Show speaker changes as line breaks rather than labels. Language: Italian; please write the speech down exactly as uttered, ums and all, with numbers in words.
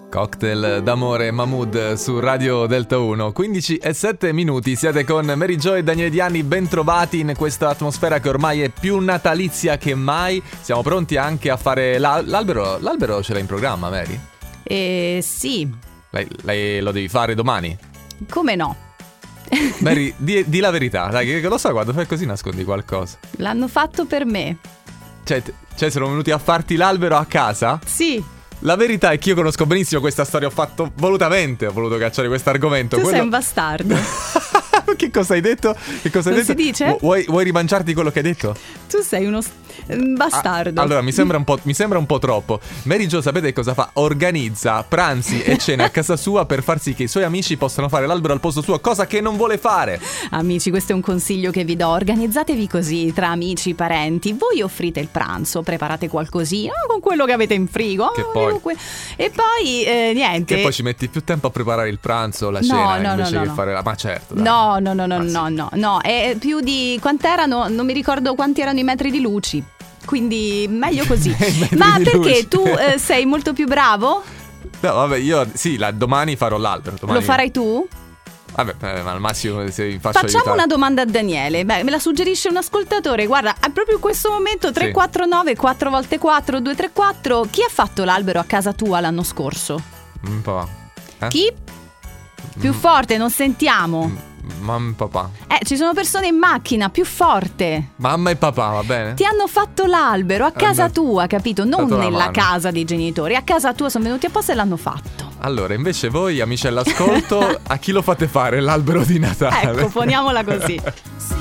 Cocktail d'amore Mahmood su Radio Delta uno, quindici e sette minuti, siete con Mary Jo e Daniele Diani, ben trovati in questa atmosfera che ormai è più natalizia che mai. Siamo pronti anche a fare la- l'albero, l'albero ce l'hai in programma, Mary?
Eh sì.
Lei, lei lo devi fare domani?
Come no?
Mary, di, di la verità, dai, che lo so, quando fai così nascondi qualcosa.
L'hanno fatto per me.
Cioè, t- cioè sono venuti a farti l'albero a casa?
Sì.
La verità è che io conosco benissimo questa storia, ho fatto volutamente, ho voluto cacciare questo argomento.
Tu
quello...
sei un bastardo.
Che cosa hai detto? Che cosa hai
non
detto?
si dice?
Vuoi, vuoi rimangiarti quello che hai detto?
Tu sei uno un bastardo.
Ah, allora mi sembra un po', mi sembra un po' troppo. Mary Jo, sapete cosa fa? Organizza pranzi e cene a casa sua per far sì che i suoi amici possano fare l'albero al posto suo, cosa che non vuole fare. Amici,
questo è un consiglio che vi do. Organizzatevi così tra amici, parenti. Voi offrite il pranzo, preparate qualcosina con quello che avete in frigo.
Che poi...
E poi eh, niente.
Che poi ci metti più tempo a preparare il pranzo, la cena,
no, no,
invece
no, no,
che
no.
fare la... Ma certo, dai.
No, no, no, no,
Ah,
no,
sì.
no, no. È più di... Quant'erano? Non mi ricordo quanti erano i metri di luci. Quindi meglio così. Ma perché
luci.
tu eh, sei molto più bravo?
No, vabbè, io sì, la, domani farò l'albero. Domani...
Lo farai tu?
Vabbè, eh, ma al massimo se vi faccio
Facciamo
aiutare.
una domanda a Daniele. Beh, me la suggerisce un ascoltatore. Guarda, è proprio in questo momento tre quattro nove quattro volte quattro due tre quattro. Chi ha fatto l'albero a casa tua l'anno scorso?
Un po'. Eh?
Chi? Più forte, non sentiamo.
Mamma e papà.
Eh, ci sono persone in macchina, più forte.
Mamma e papà, va bene?
Ti hanno fatto l'albero a casa
Eh,
tua, capito? Non
dato la
nella
mano.
casa dei genitori. A casa tua sono venuti apposta e l'hanno fatto.
Allora, invece voi, amici all'ascolto, a chi lo fate fare l'albero di Natale?
Ecco, poniamola così.